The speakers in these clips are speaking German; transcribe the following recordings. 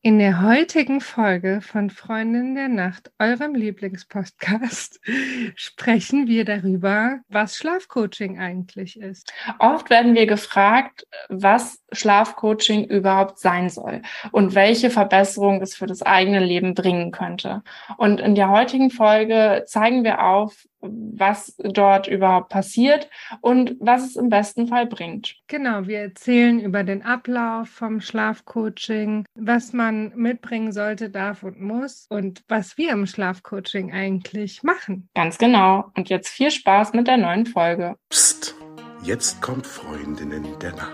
In der heutigen Folge von Freundin der Nacht, eurem Lieblingspodcast, sprechen wir darüber, was Schlafcoaching eigentlich ist. Oft werden wir gefragt, was Schlafcoaching überhaupt sein soll und welche Verbesserung es für das eigene Leben bringen könnte. Und in der heutigen Folge zeigen wir auf, was dort überhaupt passiert und was es im besten Fall bringt. Genau, wir erzählen über den Ablauf vom Schlafcoaching, was man mitbringen sollte, darf und muss und was wir im Schlafcoaching eigentlich machen. Ganz genau. Und jetzt viel Spaß mit der neuen Folge. Psst, jetzt kommt Freundinnen der Nacht.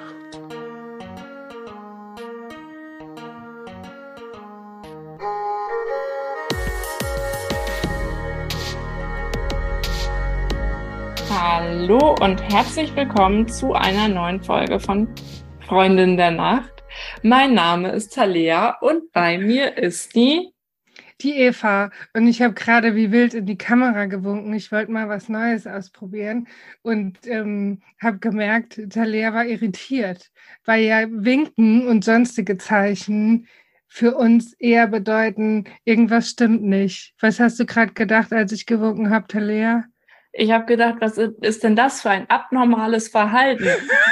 Hallo und herzlich willkommen zu einer neuen Folge von Freundin der Nacht. Mein Name ist Talea und bei mir ist die Eva. Und ich habe gerade wie wild in die Kamera gewunken. Ich wollte mal was Neues ausprobieren und habe gemerkt, Talea war irritiert, weil ja Winken und sonstige Zeichen für uns eher bedeuten, irgendwas stimmt nicht. Was hast du gerade gedacht, als ich gewunken habe, Talea? Ich habe gedacht, was ist denn das für ein abnormales Verhalten?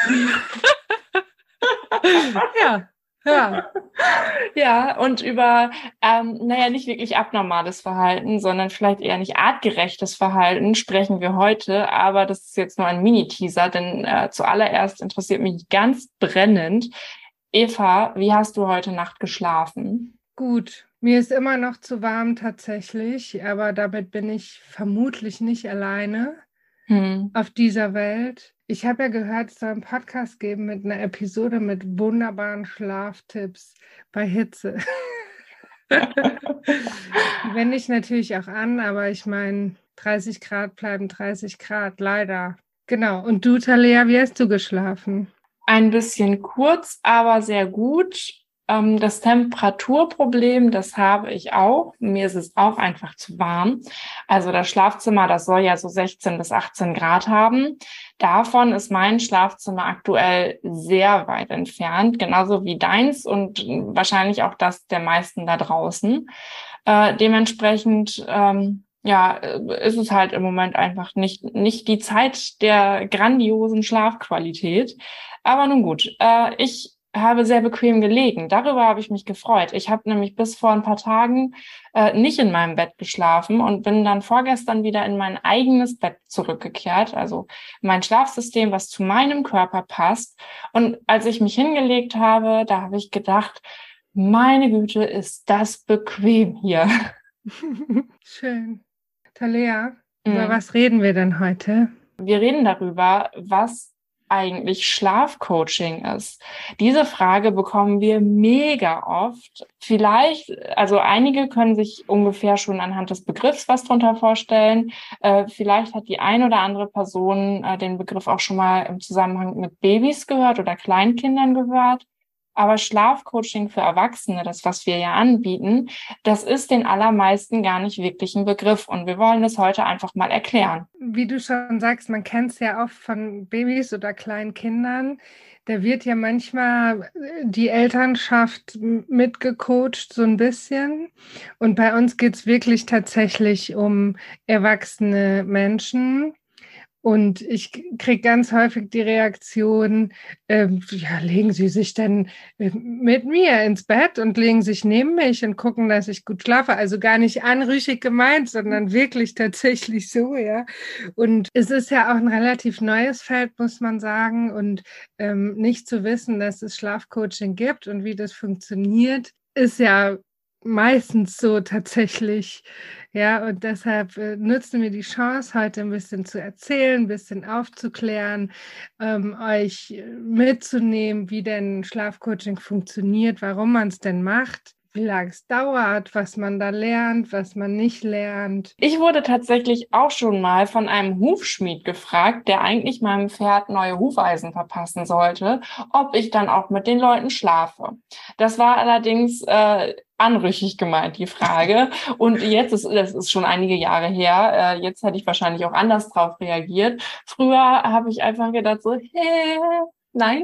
Ja. Ja, und über, nicht wirklich abnormales Verhalten, sondern vielleicht eher nicht artgerechtes Verhalten sprechen wir heute. Aber das ist jetzt nur ein Mini-Teaser, denn zuallererst interessiert mich ganz brennend. Eva, wie hast du heute Nacht geschlafen? Gut. Mir ist immer noch zu warm tatsächlich, aber damit bin ich vermutlich nicht alleine auf dieser Welt. Ich habe ja gehört, es soll einen Podcast geben mit einer Episode mit wunderbaren Schlaftipps bei Hitze. Die wende ich natürlich auch an, aber ich meine, 30 Grad bleiben 30 Grad, leider. Genau. Und du, Talea, wie hast du geschlafen? Ein bisschen kurz, aber sehr gut. Das Temperaturproblem, das habe ich auch. Mir ist es auch einfach zu warm. Also das Schlafzimmer, das soll ja so 16 bis 18 Grad haben. Davon ist mein Schlafzimmer aktuell sehr weit entfernt, genauso wie deins und wahrscheinlich auch das der meisten da draußen. Dementsprechend ist es halt im Moment einfach nicht die Zeit der grandiosen Schlafqualität. Aber nun gut, ich habe sehr bequem gelegen. Darüber habe ich mich gefreut. Ich habe nämlich bis vor ein paar Tagen nicht in meinem Bett geschlafen und bin dann vorgestern wieder in mein eigenes Bett zurückgekehrt, also mein Schlafsystem, was zu meinem Körper passt. Und als ich mich hingelegt habe, da habe ich gedacht, meine Güte, ist das bequem hier. Schön. Talea, über was reden wir denn heute? Wir reden darüber, was eigentlich Schlafcoaching ist. Diese Frage bekommen wir mega oft. Vielleicht, also einige können sich ungefähr schon anhand des Begriffs was drunter vorstellen. Vielleicht hat die ein oder andere Person den Begriff auch schon mal im Zusammenhang mit Babys gehört oder Kleinkindern gehört. Aber Schlafcoaching für Erwachsene, das, was wir ja anbieten, das ist den allermeisten gar nicht wirklich ein Begriff. Und wir wollen es heute einfach mal erklären. Wie du schon sagst, man kennt es ja oft von Babys oder kleinen Kindern. Da wird ja manchmal die Elternschaft mitgecoacht, so ein bisschen. Und bei uns geht es wirklich tatsächlich um erwachsene Menschen. Und ich kriege ganz häufig die Reaktion, legen Sie sich denn mit mir ins Bett und legen sich neben mich und gucken, dass ich gut schlafe. Also gar nicht anrüchig gemeint, sondern wirklich tatsächlich so, ja. Und es ist ja auch ein relativ neues Feld, muss man sagen. Und nicht zu wissen, dass es Schlafcoaching gibt und wie das funktioniert, ist ja meistens so tatsächlich. Ja, und deshalb nutzen wir die Chance, heute ein bisschen zu erzählen, ein bisschen aufzuklären, euch mitzunehmen, wie denn Schlafcoaching funktioniert, warum man es denn macht, wie lange es dauert, was man da lernt, was man nicht lernt. Ich wurde tatsächlich auch schon mal von einem Hufschmied gefragt, der eigentlich meinem Pferd neue Hufeisen verpassen sollte, ob ich dann auch mit den Leuten schlafe. Das war allerdings anrüchig gemeint, die Frage. Und das ist schon einige Jahre her. Jetzt hätte ich wahrscheinlich auch anders drauf reagiert. Früher habe ich einfach gedacht so, Nein,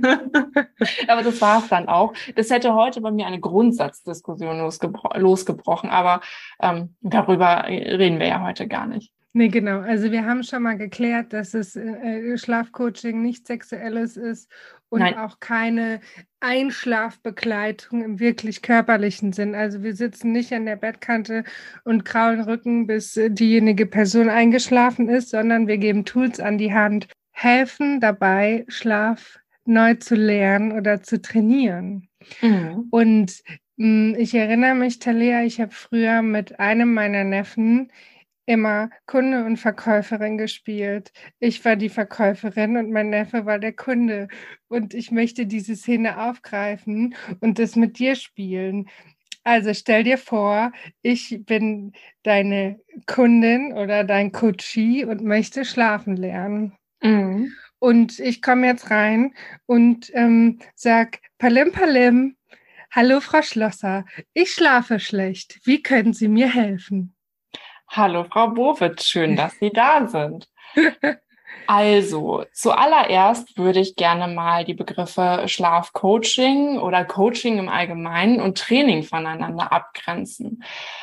aber das war es dann auch. Das hätte heute bei mir eine Grundsatzdiskussion losgebrochen, aber darüber reden wir ja heute gar nicht. Nee, genau. Also wir haben schon mal geklärt, dass es Schlafcoaching nichts Sexuelles ist und Nein. auch keine Einschlafbegleitung im wirklich körperlichen Sinn. Also wir sitzen nicht an der Bettkante und kraulen Rücken, bis diejenige Person eingeschlafen ist, sondern wir geben Tools an die Hand, helfen dabei, Schlaf neu zu lernen oder zu trainieren. Mhm. Und ich erinnere mich, Talea, ich habe früher mit einem meiner Neffen immer Kunde und Verkäuferin gespielt. Ich war die Verkäuferin und mein Neffe war der Kunde. Und ich möchte diese Szene aufgreifen und das mit dir spielen. Also stell dir vor, ich bin deine Kundin oder dein Coachie und möchte schlafen lernen. Mhm. Und ich komme jetzt rein und sag, Palim Palim, hallo Frau Schlosser, ich schlafe schlecht. Wie können Sie mir helfen? Hallo, Frau Bowitz, schön, dass Sie da sind. Also, zuallererst würde ich gerne mal die Begriffe Schlafcoaching oder Coaching im Allgemeinen und Training voneinander abgrenzen.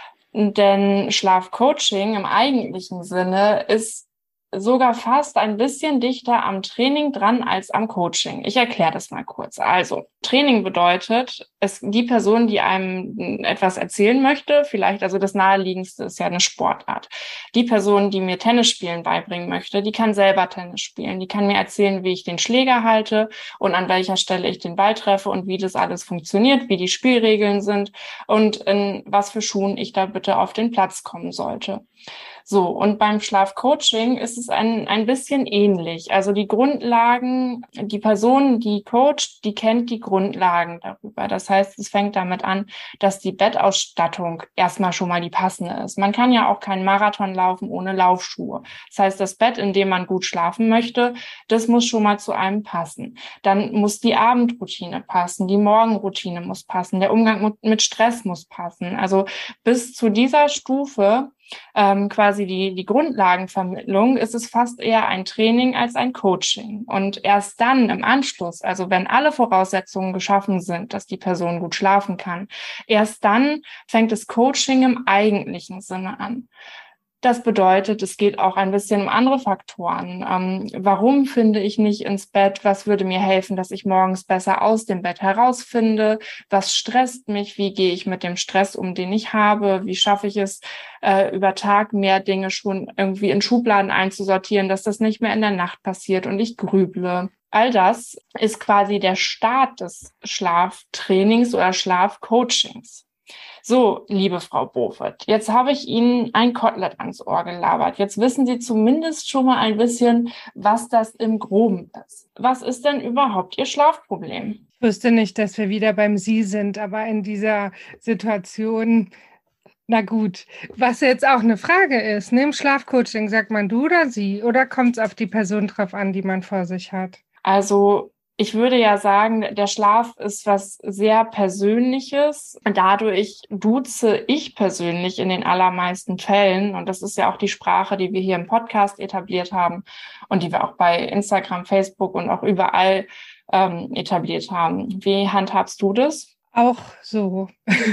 Denn Schlafcoaching im eigentlichen Sinne ist sogar fast ein bisschen dichter am Training dran als am Coaching. Ich erkläre das mal kurz. Also, Training bedeutet, die Person, die einem etwas erzählen möchte, vielleicht, also das Naheliegendste ist ja eine Sportart. Die Person, die mir Tennis spielen beibringen möchte, die kann selber Tennis spielen. Die kann mir erzählen, wie ich den Schläger halte und an welcher Stelle ich den Ball treffe und wie das alles funktioniert, wie die Spielregeln sind und in was für Schuhen ich da bitte auf den Platz kommen sollte. So, und beim Schlafcoaching ist es ein bisschen ähnlich. Also die Grundlagen, die Person, die coacht, die kennt die Grundlagen darüber. Das heißt, es fängt damit an, dass die Bettausstattung erstmal schon mal die passende ist. Man kann ja auch keinen Marathon laufen ohne Laufschuhe. Das heißt, das Bett, in dem man gut schlafen möchte, das muss schon mal zu einem passen. Dann muss die Abendroutine passen, die Morgenroutine muss passen, der Umgang mit Stress muss passen. Also bis zu dieser Stufe quasi die Grundlagenvermittlung, ist es fast eher ein Training als ein Coaching. Und erst dann im Anschluss, also wenn alle Voraussetzungen geschaffen sind, dass die Person gut schlafen kann, erst dann fängt das Coaching im eigentlichen Sinne an. Das bedeutet, es geht auch ein bisschen um andere Faktoren. Warum finde ich nicht ins Bett? Was würde mir helfen, dass ich morgens besser aus dem Bett herausfinde? Was stresst mich? Wie gehe ich mit dem Stress um, den ich habe? Wie schaffe ich es, über Tag mehr Dinge schon irgendwie in Schubladen einzusortieren, dass das nicht mehr in der Nacht passiert und ich grüble? All das ist quasi der Start des Schlaftrainings oder Schlafcoachings. So, liebe Frau Bofert, jetzt habe ich Ihnen ein Kotelett ans Ohr gelabert. Jetzt wissen Sie zumindest schon mal ein bisschen, was das im Groben ist. Was ist denn überhaupt Ihr Schlafproblem? Ich wusste nicht, dass wir wieder beim Sie sind, aber in dieser Situation, na gut, was jetzt auch eine Frage ist, ne? Im Schlafcoaching sagt man du oder sie oder kommt es auf die Person drauf an, die man vor sich hat? Also ich würde ja sagen, der Schlaf ist was sehr Persönliches. Dadurch duze ich persönlich in den allermeisten Fällen. Und das ist ja auch die Sprache, die wir hier im Podcast etabliert haben und die wir auch bei Instagram, Facebook und auch überall etabliert haben. Wie handhabst du das? Auch so.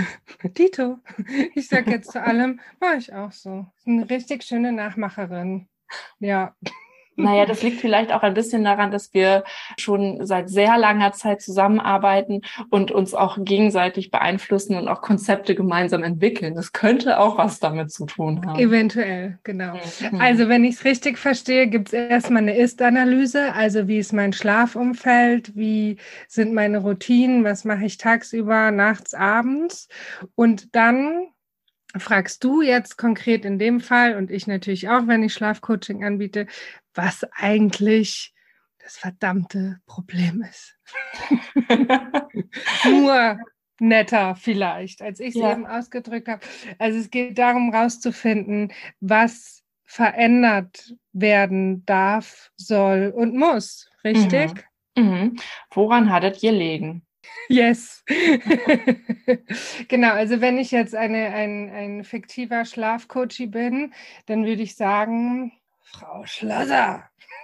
Dito, ich sag jetzt zu allem, war ich auch so. Eine richtig schöne Nachmacherin. Ja. Naja, das liegt vielleicht auch ein bisschen daran, dass wir schon seit sehr langer Zeit zusammenarbeiten und uns auch gegenseitig beeinflussen und auch Konzepte gemeinsam entwickeln. Das könnte auch was damit zu tun haben. Eventuell, genau. Mhm. Also wenn ich es richtig verstehe, gibt es erstmal eine Ist-Analyse, also wie ist mein Schlafumfeld, wie sind meine Routinen, was mache ich tagsüber, nachts, abends und dann fragst du jetzt konkret in dem Fall und ich natürlich auch, wenn ich Schlafcoaching anbiete, was eigentlich das verdammte Problem ist. Nur netter vielleicht, als ich es Ja. eben ausgedrückt habe. Also es geht darum, rauszufinden, was verändert werden darf, soll und muss. Richtig? Mhm. Mhm. Woran hattet ihr liegen? Yes. Genau, also wenn ich jetzt ein fiktiver Schlafcoach bin, dann würde ich sagen, Frau Schlosser,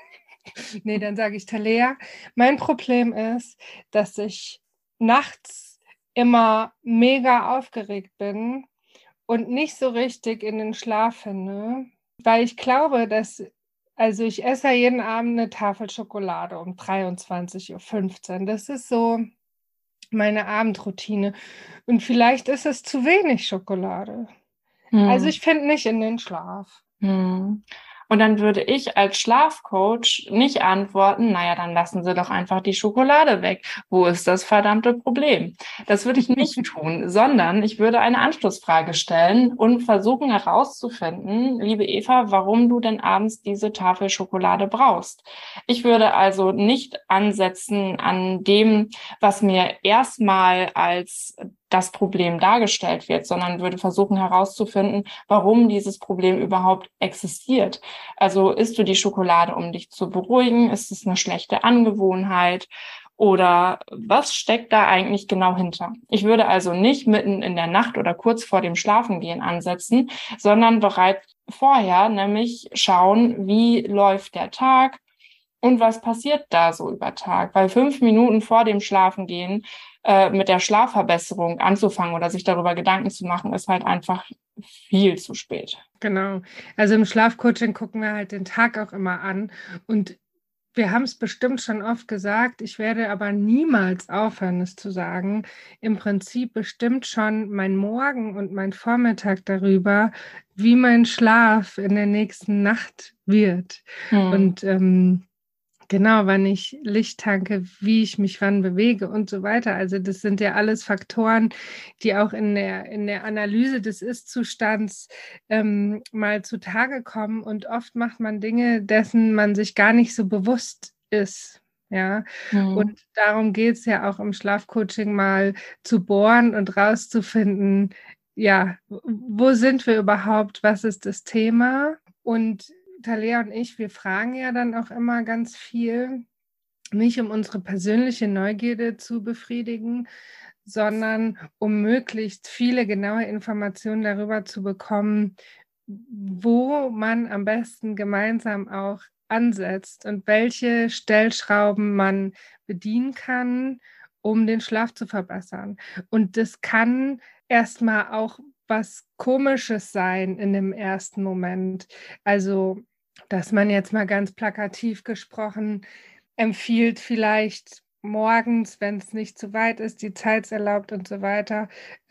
Nee, dann sage ich Talea. Mein Problem ist, dass ich nachts immer mega aufgeregt bin und nicht so richtig in den Schlaf finde, weil ich glaube, also ich esse ja jeden Abend eine Tafel Schokolade um 23:15 Uhr. Das ist so meine Abendroutine. Und vielleicht ist es zu wenig Schokolade. Also ich finde nicht in den Schlaf. Hm. Und dann würde ich als Schlafcoach nicht antworten, naja, dann lassen Sie doch einfach die Schokolade weg. Wo ist das verdammte Problem? Das würde ich nicht tun, sondern ich würde eine Anschlussfrage stellen und versuchen herauszufinden, liebe Eva, warum du denn abends diese Tafel Schokolade brauchst. Ich würde also nicht ansetzen an dem, was mir erstmal als das Problem dargestellt wird, sondern würde versuchen herauszufinden, warum dieses Problem überhaupt existiert. Also isst du die Schokolade, um dich zu beruhigen? Ist es eine schlechte Angewohnheit? Oder was steckt da eigentlich genau hinter? Ich würde also nicht mitten in der Nacht oder kurz vor dem Schlafengehen ansetzen, sondern bereits vorher nämlich schauen, wie läuft der Tag und was passiert da so über Tag. Weil 5 Minuten vor dem Schlafengehen mit der Schlafverbesserung anzufangen oder sich darüber Gedanken zu machen, ist halt einfach viel zu spät. Genau. Also im Schlafcoaching gucken wir halt den Tag auch immer an und wir haben es bestimmt schon oft gesagt, ich werde aber niemals aufhören, es zu sagen. Im Prinzip bestimmt schon mein Morgen und mein Vormittag darüber, wie mein Schlaf in der nächsten Nacht wird. Und genau, wann ich Licht tanke, wie ich mich wann bewege und so weiter. Also das sind ja alles Faktoren, die auch in der Analyse des Ist-Zustands mal zutage kommen. Und oft macht man Dinge, dessen man sich gar nicht so bewusst ist. Ja, und darum geht es ja auch im Schlafcoaching mal zu bohren und rauszufinden, ja, wo sind wir überhaupt, was ist das Thema? Und Talea und ich, wir fragen ja dann auch immer ganz viel, nicht um unsere persönliche Neugierde zu befriedigen, sondern um möglichst viele genaue Informationen darüber zu bekommen, wo man am besten gemeinsam auch ansetzt und welche Stellschrauben man bedienen kann, um den Schlaf zu verbessern. Und das kann erstmal auch was Komisches sein in dem ersten Moment. Also, dass man jetzt mal ganz plakativ gesprochen empfiehlt, vielleicht morgens, wenn es nicht zu weit ist, die Zeit es erlaubt und so weiter,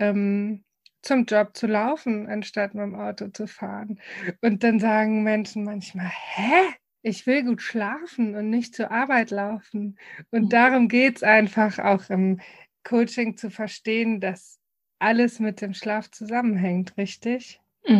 zum Job zu laufen, anstatt mit dem Auto zu fahren. Und dann sagen Menschen manchmal, hä? Ich will gut schlafen und nicht zur Arbeit laufen. Und darum geht es einfach auch im Coaching zu verstehen, dass alles mit dem Schlaf zusammenhängt, richtig?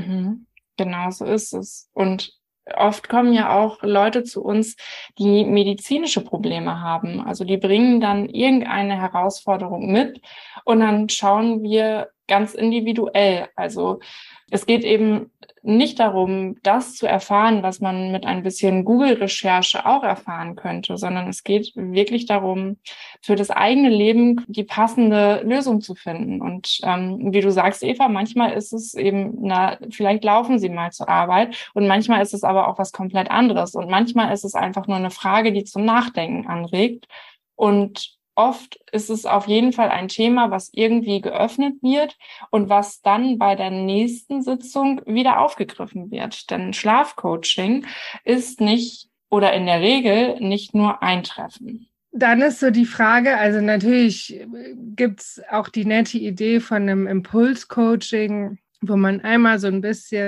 Genau so ist es. Und oft kommen ja auch Leute zu uns, die medizinische Probleme haben. Also die bringen dann irgendeine Herausforderung mit und dann schauen wir ganz individuell. Also es geht eben nicht darum, das zu erfahren, was man mit ein bisschen Google-Recherche auch erfahren könnte, sondern es geht wirklich darum, für das eigene Leben die passende Lösung zu finden. Und wie du sagst, Eva, manchmal ist es eben, vielleicht laufen sie mal zur Arbeit und manchmal ist es aber auch was komplett anderes. Und manchmal ist es einfach nur eine Frage, die zum Nachdenken anregt. Und oft ist es auf jeden Fall ein Thema, was irgendwie geöffnet wird und was dann bei der nächsten Sitzung wieder aufgegriffen wird. Denn Schlafcoaching ist nicht oder in der Regel nicht nur ein Treffen. Dann ist so die Frage, also natürlich gibt es auch die nette Idee von einem Impulscoaching, wo man einmal so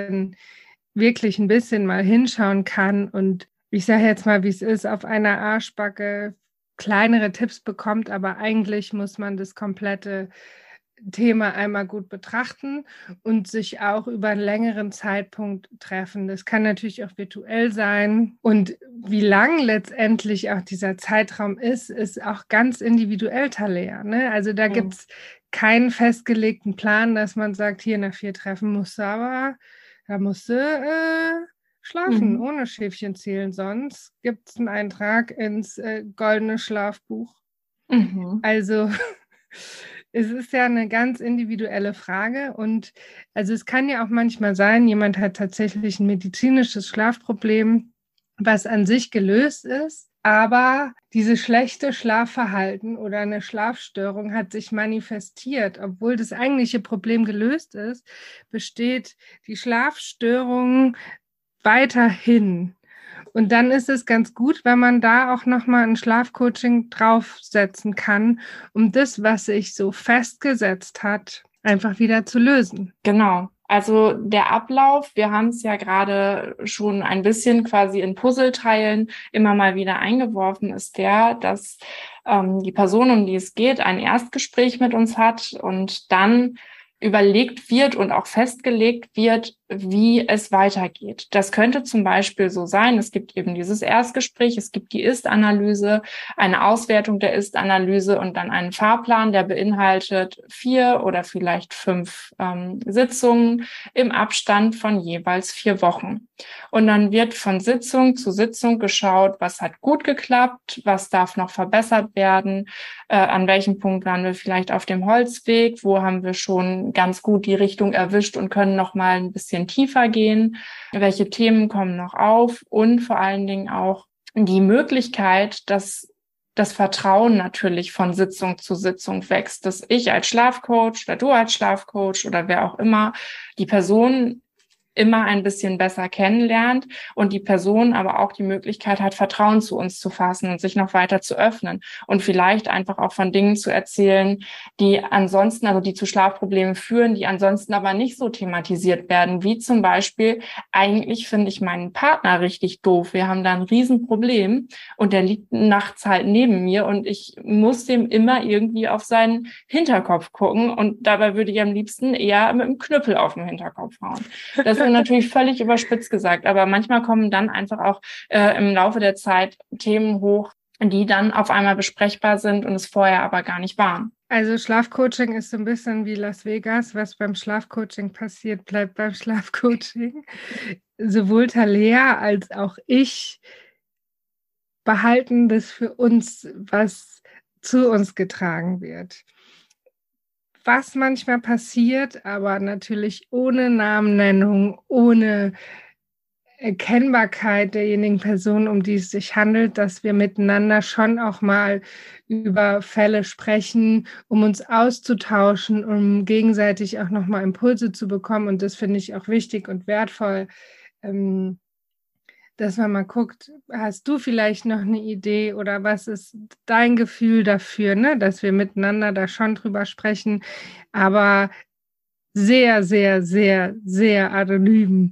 wirklich ein bisschen mal hinschauen kann und ich sage jetzt mal, wie es ist, auf einer Arschbacke kleinere Tipps bekommt, aber eigentlich muss man das komplette Thema einmal gut betrachten und sich auch über einen längeren Zeitpunkt treffen. Das kann natürlich auch virtuell sein. Und wie lang letztendlich auch dieser Zeitraum ist auch ganz individuell, Talea. Ne? Also da gibt es keinen festgelegten Plan, dass man sagt, hier nach 4 Treffen musst du aber, da musst du schlafen, ohne Schäfchen zählen. Sonst gibt es einen Eintrag ins goldene Schlafbuch. Also es ist ja eine ganz individuelle Frage und also es kann ja auch manchmal sein, jemand hat tatsächlich ein medizinisches Schlafproblem was an sich gelöst ist, aber dieses schlechte Schlafverhalten oder eine Schlafstörung hat sich manifestiert. Obwohl das eigentliche Problem gelöst ist, besteht die Schlafstörung weiterhin. Und dann ist es ganz gut, wenn man da auch nochmal ein Schlafcoaching draufsetzen kann, um das, was sich so festgesetzt hat, einfach wieder zu lösen. Genau. Also der Ablauf, wir haben es ja gerade schon ein bisschen quasi in Puzzleteilen immer mal wieder eingeworfen, ist der, dass die Person, um die es geht, ein Erstgespräch mit uns hat und dann überlegt wird und auch festgelegt wird, wie es weitergeht. Das könnte zum Beispiel so sein, es gibt eben dieses Erstgespräch, es gibt die Ist-Analyse, eine Auswertung der Ist-Analyse und dann einen Fahrplan, der beinhaltet 4 oder vielleicht 5 Sitzungen im Abstand von jeweils 4 Wochen. Und dann wird von Sitzung zu Sitzung geschaut, was hat gut geklappt, was darf noch verbessert werden, an welchem Punkt waren wir vielleicht auf dem Holzweg, wo haben wir schon ganz gut die Richtung erwischt und können noch mal ein bisschen tiefer gehen, welche Themen kommen noch auf und vor allen Dingen auch die Möglichkeit, dass das Vertrauen natürlich von Sitzung zu Sitzung wächst, dass ich als Schlafcoach oder du als Schlafcoach oder wer auch immer die Person immer ein bisschen besser kennenlernt und die Person aber auch die Möglichkeit hat, Vertrauen zu uns zu fassen und sich noch weiter zu öffnen und vielleicht einfach auch von Dingen zu erzählen, die ansonsten, also die zu Schlafproblemen führen, die ansonsten aber nicht so thematisiert werden, wie zum Beispiel, eigentlich finde ich meinen Partner richtig doof, wir haben da ein Riesenproblem und der liegt nachts halt neben mir und ich muss dem immer irgendwie auf seinen Hinterkopf gucken und dabei würde ich am liebsten eher mit einem Knüppel auf den Hinterkopf hauen. Das ist natürlich völlig überspitzt gesagt, aber manchmal kommen dann einfach auch im Laufe der Zeit Themen hoch, die dann auf einmal besprechbar sind und es vorher aber gar nicht waren. Also Schlafcoaching ist so ein bisschen wie Las Vegas. Was beim Schlafcoaching passiert, bleibt beim Schlafcoaching. Sowohl Talea als auch ich behalten das für uns, was zu uns getragen wird. Was manchmal passiert, aber natürlich ohne Namennennung, ohne Erkennbarkeit derjenigen Person, um die es sich handelt, dass wir miteinander schon auch mal über Fälle sprechen, um uns auszutauschen, um gegenseitig auch nochmal Impulse zu bekommen. Und das finde ich auch wichtig und wertvoll, dass man mal guckt, hast du vielleicht noch eine Idee oder was ist dein Gefühl dafür, ne? Dass wir miteinander da schon drüber sprechen, aber sehr, sehr, sehr, sehr anonym.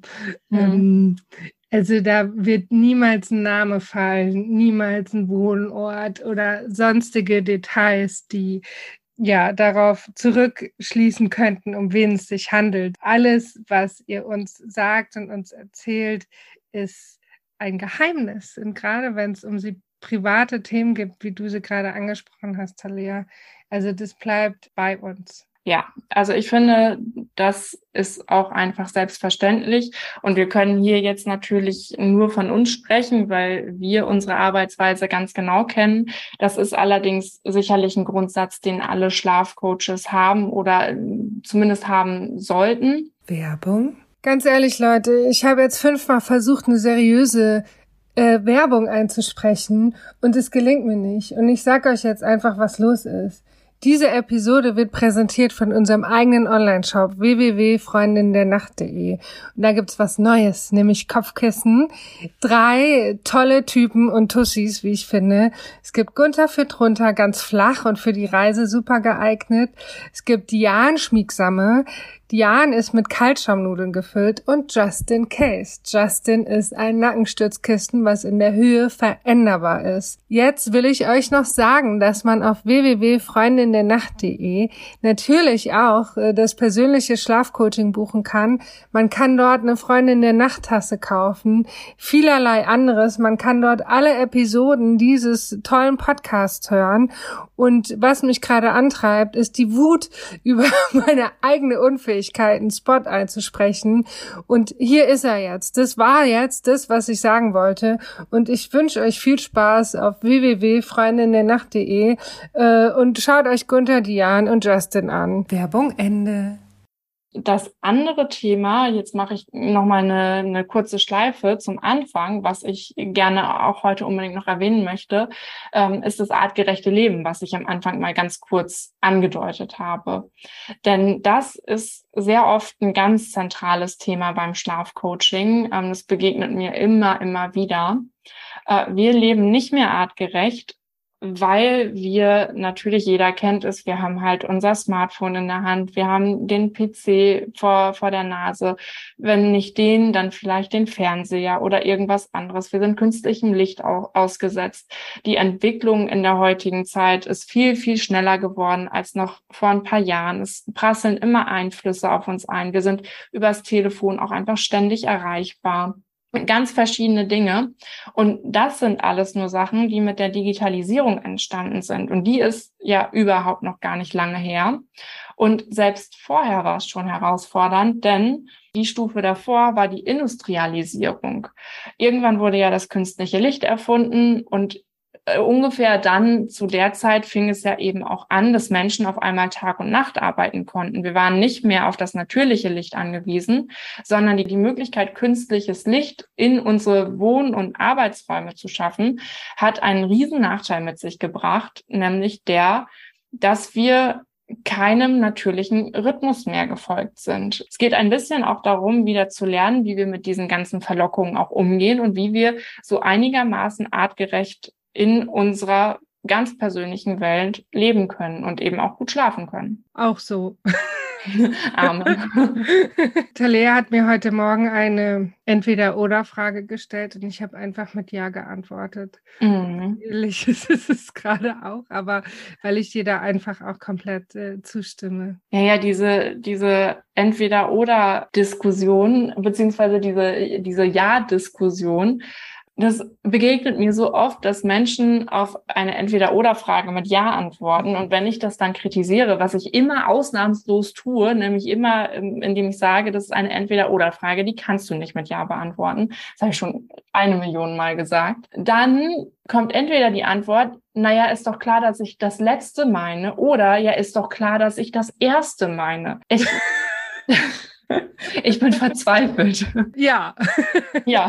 Also da wird niemals ein Name fallen, niemals ein Wohnort oder sonstige Details, die ja darauf zurückschließen könnten, um wen es sich handelt. Alles, was ihr uns sagt und uns erzählt, ist ein Geheimnis. Und gerade wenn es um sie private Themen gibt, wie du sie gerade angesprochen hast, Talea, also das bleibt bei uns. Ja, also ich finde, das ist auch einfach selbstverständlich und wir können hier jetzt natürlich nur von uns sprechen, weil wir unsere Arbeitsweise ganz genau kennen. Das ist allerdings sicherlich ein Grundsatz, den alle Schlafcoaches haben oder zumindest haben sollten. Werbung? Ganz ehrlich, Leute, ich habe jetzt 5-mal versucht, eine seriöse Werbung einzusprechen und es gelingt mir nicht. Und ich sage euch jetzt einfach, was los ist. Diese Episode wird präsentiert von unserem eigenen Online-Shop www.freundindernacht.de. Und da gibt's was Neues, nämlich Kopfkissen. 3 tolle Typen und Tussis, wie ich finde. Es gibt Gunther für drunter, ganz flach und für die Reise super geeignet. Es gibt Diane Schmiegsame. Diane ist mit Kaltschaumnudeln gefüllt und Justin Case. Justin ist ein Nackenstützkissen, was in der Höhe veränderbar ist. Jetzt will ich euch noch sagen, dass man auf www.freundindernacht.de natürlich auch das persönliche Schlafcoaching buchen kann. Man kann dort eine Freundin der Nacht-Tasse kaufen, vielerlei anderes. Man kann dort alle Episoden dieses tollen Podcasts hören. Und was mich gerade antreibt, ist die Wut über meine eigene Unfähigkeit, einen Spot einzusprechen. Und hier ist er jetzt. Das war jetzt das, was ich sagen wollte. Und ich wünsche euch viel Spaß auf www.freundindernacht.de und schaut euch Gunther, Diane und Justin an. Werbung Ende. das andere Thema, jetzt mache ich nochmal eine kurze Schleife zum Anfang, was ich gerne auch heute unbedingt noch erwähnen möchte, ist das artgerechte Leben, was ich am Anfang mal ganz kurz angedeutet habe. Denn das ist sehr oft ein ganz zentrales Thema beim Schlafcoaching. Das begegnet mir immer wieder. Wir leben nicht mehr artgerecht, weil wir natürlich, jeder kennt es, wir haben halt unser Smartphone in der Hand, wir haben den PC vor der Nase, wenn nicht den, dann vielleicht den Fernseher oder irgendwas anderes. Wir sind künstlichem Licht auch ausgesetzt. Die Entwicklung in der heutigen Zeit ist viel schneller geworden als noch vor ein paar Jahren. Es prasseln immer Einflüsse auf uns ein. Wir sind übers Telefon auch einfach ständig erreichbar. Ganz verschiedene Dinge. Und das sind alles nur Sachen, die mit der Digitalisierung entstanden sind. Und die ist ja überhaupt noch gar nicht lange her. Und selbst vorher war es schon herausfordernd, denn die Stufe davor war die Industrialisierung. Irgendwann wurde ja das künstliche Licht erfunden und ungefähr dann zu der Zeit fing es ja eben auch an, dass Menschen auf einmal Tag und Nacht arbeiten konnten. Wir waren nicht mehr auf das natürliche Licht angewiesen, sondern die Möglichkeit, künstliches Licht in unsere Wohn- und Arbeitsräume zu schaffen, hat einen riesen Nachteil mit sich gebracht, nämlich dass wir keinem natürlichen Rhythmus mehr gefolgt sind. Es geht ein bisschen auch darum, wieder zu lernen, wie wir mit diesen ganzen Verlockungen auch umgehen und wie wir so einigermaßen artgerecht in unserer ganz persönlichen Welt leben können und eben auch gut schlafen können. Auch so. Amen. Talea hat mir heute Morgen eine Entweder-oder-Frage gestellt und ich habe einfach mit Ja geantwortet. Ähnlich ist es gerade auch, aber weil ich dir da einfach auch komplett zustimme. Ja, diese Entweder-oder-Diskussion, beziehungsweise diese Ja-Diskussion, das begegnet mir so oft, dass Menschen auf eine Entweder-oder-Frage mit Ja antworten. Und wenn ich das dann kritisiere, was ich immer ausnahmslos tue, nämlich immer, indem ich sage, das ist eine Entweder-oder-Frage, die kannst du nicht mit Ja beantworten. Das habe ich schon 1 Million Mal gesagt. Dann kommt entweder die Antwort, naja, ist doch klar, dass ich das Letzte meine, oder ja, ist doch klar, dass ich das Erste meine. Ich bin verzweifelt. Ja. Ja.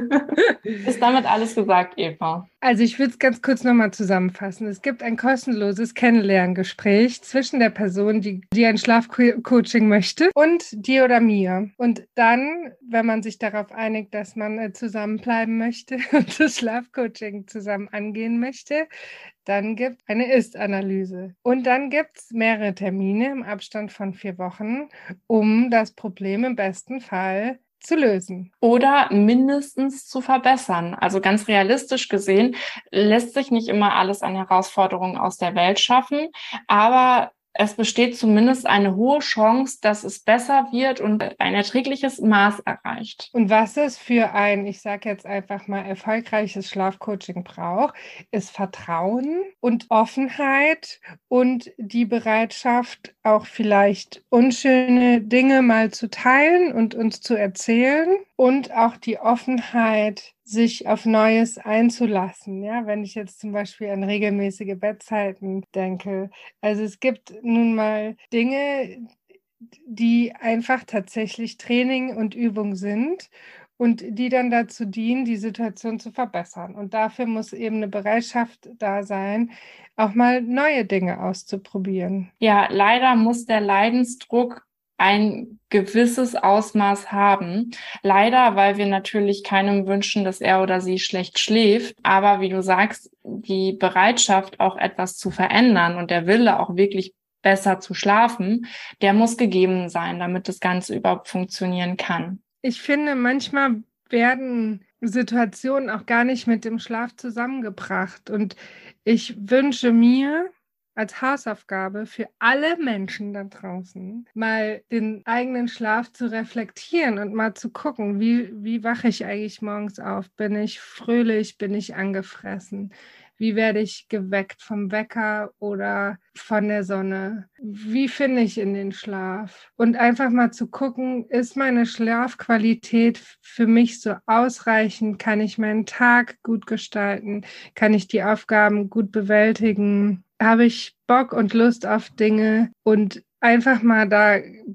Ist damit alles gesagt, Eva? Also ich würde es ganz kurz nochmal zusammenfassen. Es gibt ein kostenloses Kennenlerngespräch zwischen der Person, die ein Schlafcoaching möchte, und dir oder mir. Und dann, wenn man sich darauf einigt, dass man zusammenbleiben möchte und das Schlafcoaching zusammen angehen möchte, dann gibt es eine Ist-Analyse. Und dann gibt es mehrere Termine im Abstand von 4 Wochen, um das Problem im besten Fall zu lösen. Oder mindestens zu verbessern. Also ganz realistisch gesehen lässt sich nicht immer alles an Herausforderungen aus der Welt schaffen, aber es besteht zumindest eine hohe Chance, dass es besser wird und ein erträgliches Maß erreicht. Und was es für ein, ich sage jetzt einfach mal, erfolgreiches Schlafcoaching braucht, ist Vertrauen und Offenheit und die Bereitschaft, auch vielleicht unschöne Dinge mal zu teilen und uns zu erzählen und auch die Offenheit, sich auf Neues einzulassen. Ja, wenn ich jetzt zum Beispiel an regelmäßige Bettzeiten denke. Also es gibt nun mal Dinge, die einfach tatsächlich Training und Übung sind und die dann dazu dienen, die Situation zu verbessern. Und dafür muss eben eine Bereitschaft da sein, auch mal neue Dinge auszuprobieren. Ja, leider muss der Leidensdruck ein gewisses Ausmaß haben. Leider, weil wir natürlich keinem wünschen, dass er oder sie schlecht schläft. Aber wie du sagst, die Bereitschaft, auch etwas zu verändern und der Wille, auch wirklich besser zu schlafen, der muss gegeben sein, damit das Ganze überhaupt funktionieren kann. Ich finde, manchmal werden Situationen auch gar nicht mit dem Schlaf zusammengebracht. Und ich wünsche mir als Hausaufgabe für alle Menschen da draußen, mal den eigenen Schlaf zu reflektieren und mal zu gucken, wie wache ich eigentlich morgens auf? Bin ich fröhlich? Bin ich angefressen? Wie werde ich geweckt vom Wecker oder von der Sonne? Wie finde ich in den Schlaf? Und einfach mal zu gucken, ist meine Schlafqualität für mich so ausreichend? Kann ich meinen Tag gut gestalten? Kann ich die Aufgaben gut bewältigen? Habe ich Bock und Lust auf Dinge? Und einfach mal da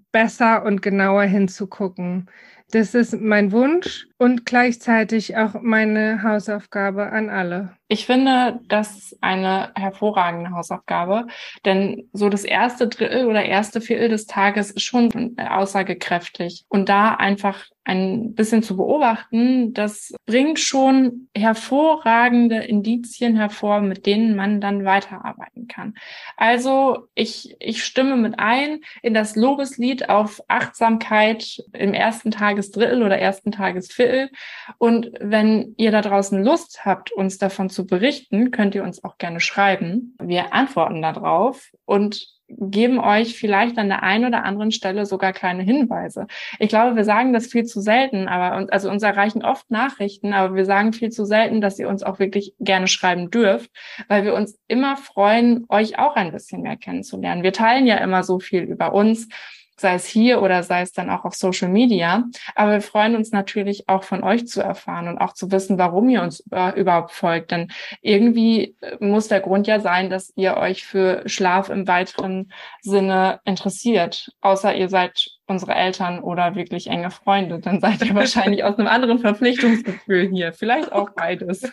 besser und genauer hinzugucken. Das ist mein Wunsch und gleichzeitig auch meine Hausaufgabe an alle. Ich finde, das ist eine hervorragende Hausaufgabe, denn so das erste Drittel oder erste Viertel des Tages ist schon aussagekräftig. Und da einfach ein bisschen zu beobachten, das bringt schon hervorragende Indizien hervor, mit denen man dann weiterarbeiten kann. Also ich stimme mit ein in das Lobeslied auf Achtsamkeit im ersten Tagesdrittel oder ersten Tagesviertel. Und wenn ihr da draußen Lust habt, uns davon zu berichten, könnt ihr uns auch gerne schreiben. Wir antworten darauf und geben euch vielleicht an der einen oder anderen Stelle sogar kleine Hinweise. Ich glaube, wir sagen das viel zu selten, also uns erreichen oft Nachrichten, aber wir sagen viel zu selten, dass ihr uns auch wirklich gerne schreiben dürft, weil wir uns immer freuen, euch auch ein bisschen mehr kennenzulernen. Wir teilen ja immer so viel über uns, sei es hier oder sei es dann auch auf Social Media. Aber wir freuen uns natürlich auch von euch zu erfahren und auch zu wissen, warum ihr uns überhaupt folgt. Denn irgendwie muss der Grund ja sein, dass ihr euch für Schlaf im weiteren Sinne interessiert. Außer ihr seid unsere Eltern oder wirklich enge Freunde. Dann seid ihr wahrscheinlich aus einem anderen Verpflichtungsgefühl hier. Vielleicht auch beides.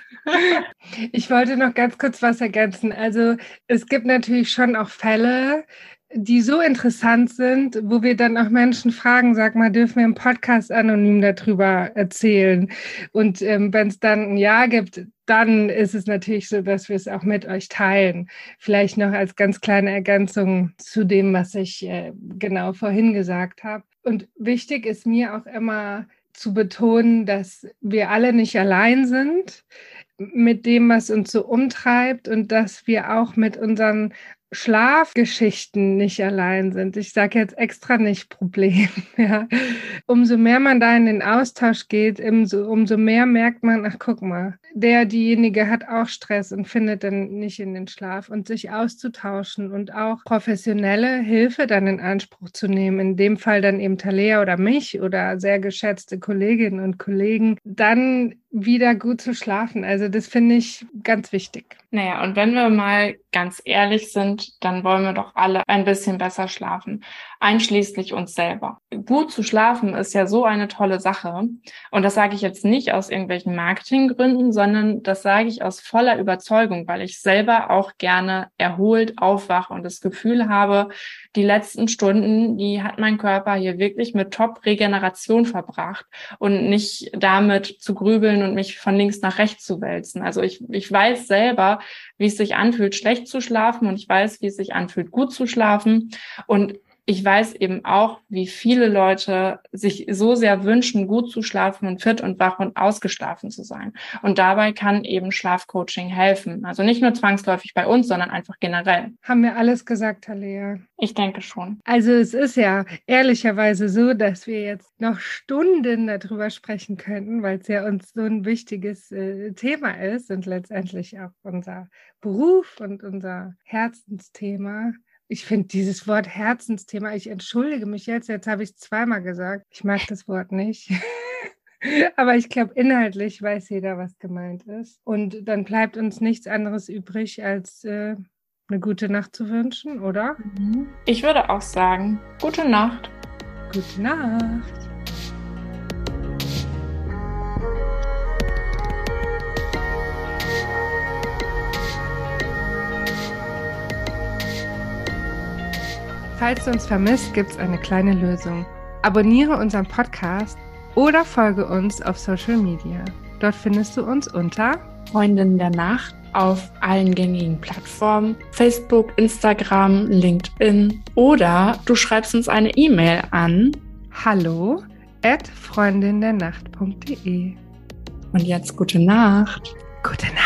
Ich wollte noch ganz kurz was ergänzen. Also es gibt natürlich schon auch Fälle, die so interessant sind, wo wir dann auch Menschen fragen, sag mal, dürfen wir im Podcast anonym darüber erzählen? Und wenn es dann ein Ja gibt, dann ist es natürlich so, dass wir es auch mit euch teilen. Vielleicht noch als ganz kleine Ergänzung zu dem, was ich genau vorhin gesagt habe. Und wichtig ist mir auch immer zu betonen, dass wir alle nicht allein sind mit dem, was uns so umtreibt und dass wir auch mit unseren Schlafgeschichten nicht allein sind. Ich sage jetzt extra nicht Problem. Ja. Umso mehr man da in den Austausch geht, umso mehr merkt man, ach guck mal, diejenige hat auch Stress und findet dann nicht in den Schlaf. Und sich auszutauschen und auch professionelle Hilfe dann in Anspruch zu nehmen, in dem Fall dann eben Talea oder mich oder sehr geschätzte Kolleginnen und Kollegen, dann wieder gut zu schlafen. Also das finde ich ganz wichtig. Naja, und wenn wir mal ganz ehrlich sind, dann wollen wir doch alle ein bisschen besser schlafen, einschließlich uns selber. Gut zu schlafen ist ja so eine tolle Sache. Und das sage ich jetzt nicht aus irgendwelchen Marketinggründen, sondern das sage ich aus voller Überzeugung, weil ich selber auch gerne erholt aufwache und das Gefühl habe, die letzten Stunden, die hat mein Körper hier wirklich mit Top-Regeneration verbracht und nicht damit zu grübeln und mich von links nach rechts zu wälzen. Also ich weiß selber, wie es sich anfühlt, schlecht zu schlafen und ich weiß, wie es sich anfühlt, gut zu schlafen. Und ich weiß eben auch, wie viele Leute sich so sehr wünschen, gut zu schlafen und fit und wach und ausgeschlafen zu sein. Und dabei kann eben Schlafcoaching helfen. Also nicht nur zwangsläufig bei uns, sondern einfach generell. Haben wir alles gesagt, Talea? Ich denke schon. Also es ist ja ehrlicherweise so, dass wir jetzt noch Stunden darüber sprechen könnten, weil es ja uns so ein wichtiges Thema ist und letztendlich auch unser Beruf und unser Herzensthema. Ich finde dieses Wort Herzensthema, ich entschuldige mich jetzt habe ich es zweimal gesagt. Ich mag das Wort nicht. Aber ich glaube, inhaltlich weiß jeder, was gemeint ist. Und dann bleibt uns nichts anderes übrig, als eine gute Nacht zu wünschen, oder? Ich würde auch sagen, gute Nacht. Gute Nacht. Falls du uns vermisst, gibt es eine kleine Lösung. Abonniere unseren Podcast oder folge uns auf Social Media. Dort findest du uns unter Freundin der Nacht auf allen gängigen Plattformen, Facebook, Instagram, LinkedIn oder du schreibst uns eine E-Mail an hallo@freundindernacht.de. Und jetzt gute Nacht. Gute Nacht.